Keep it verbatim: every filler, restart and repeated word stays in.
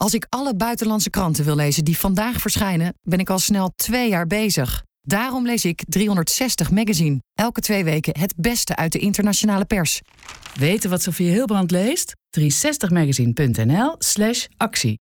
Als ik alle buitenlandse kranten wil lezen die vandaag verschijnen, ben ik al snel twee jaar bezig. Daarom lees ik driehonderdzestig Magazine. Elke twee weken het beste uit de internationale pers. Weten wat Sofie Hilbrand leest? driehonderdzestig magazine punt n l slash actie.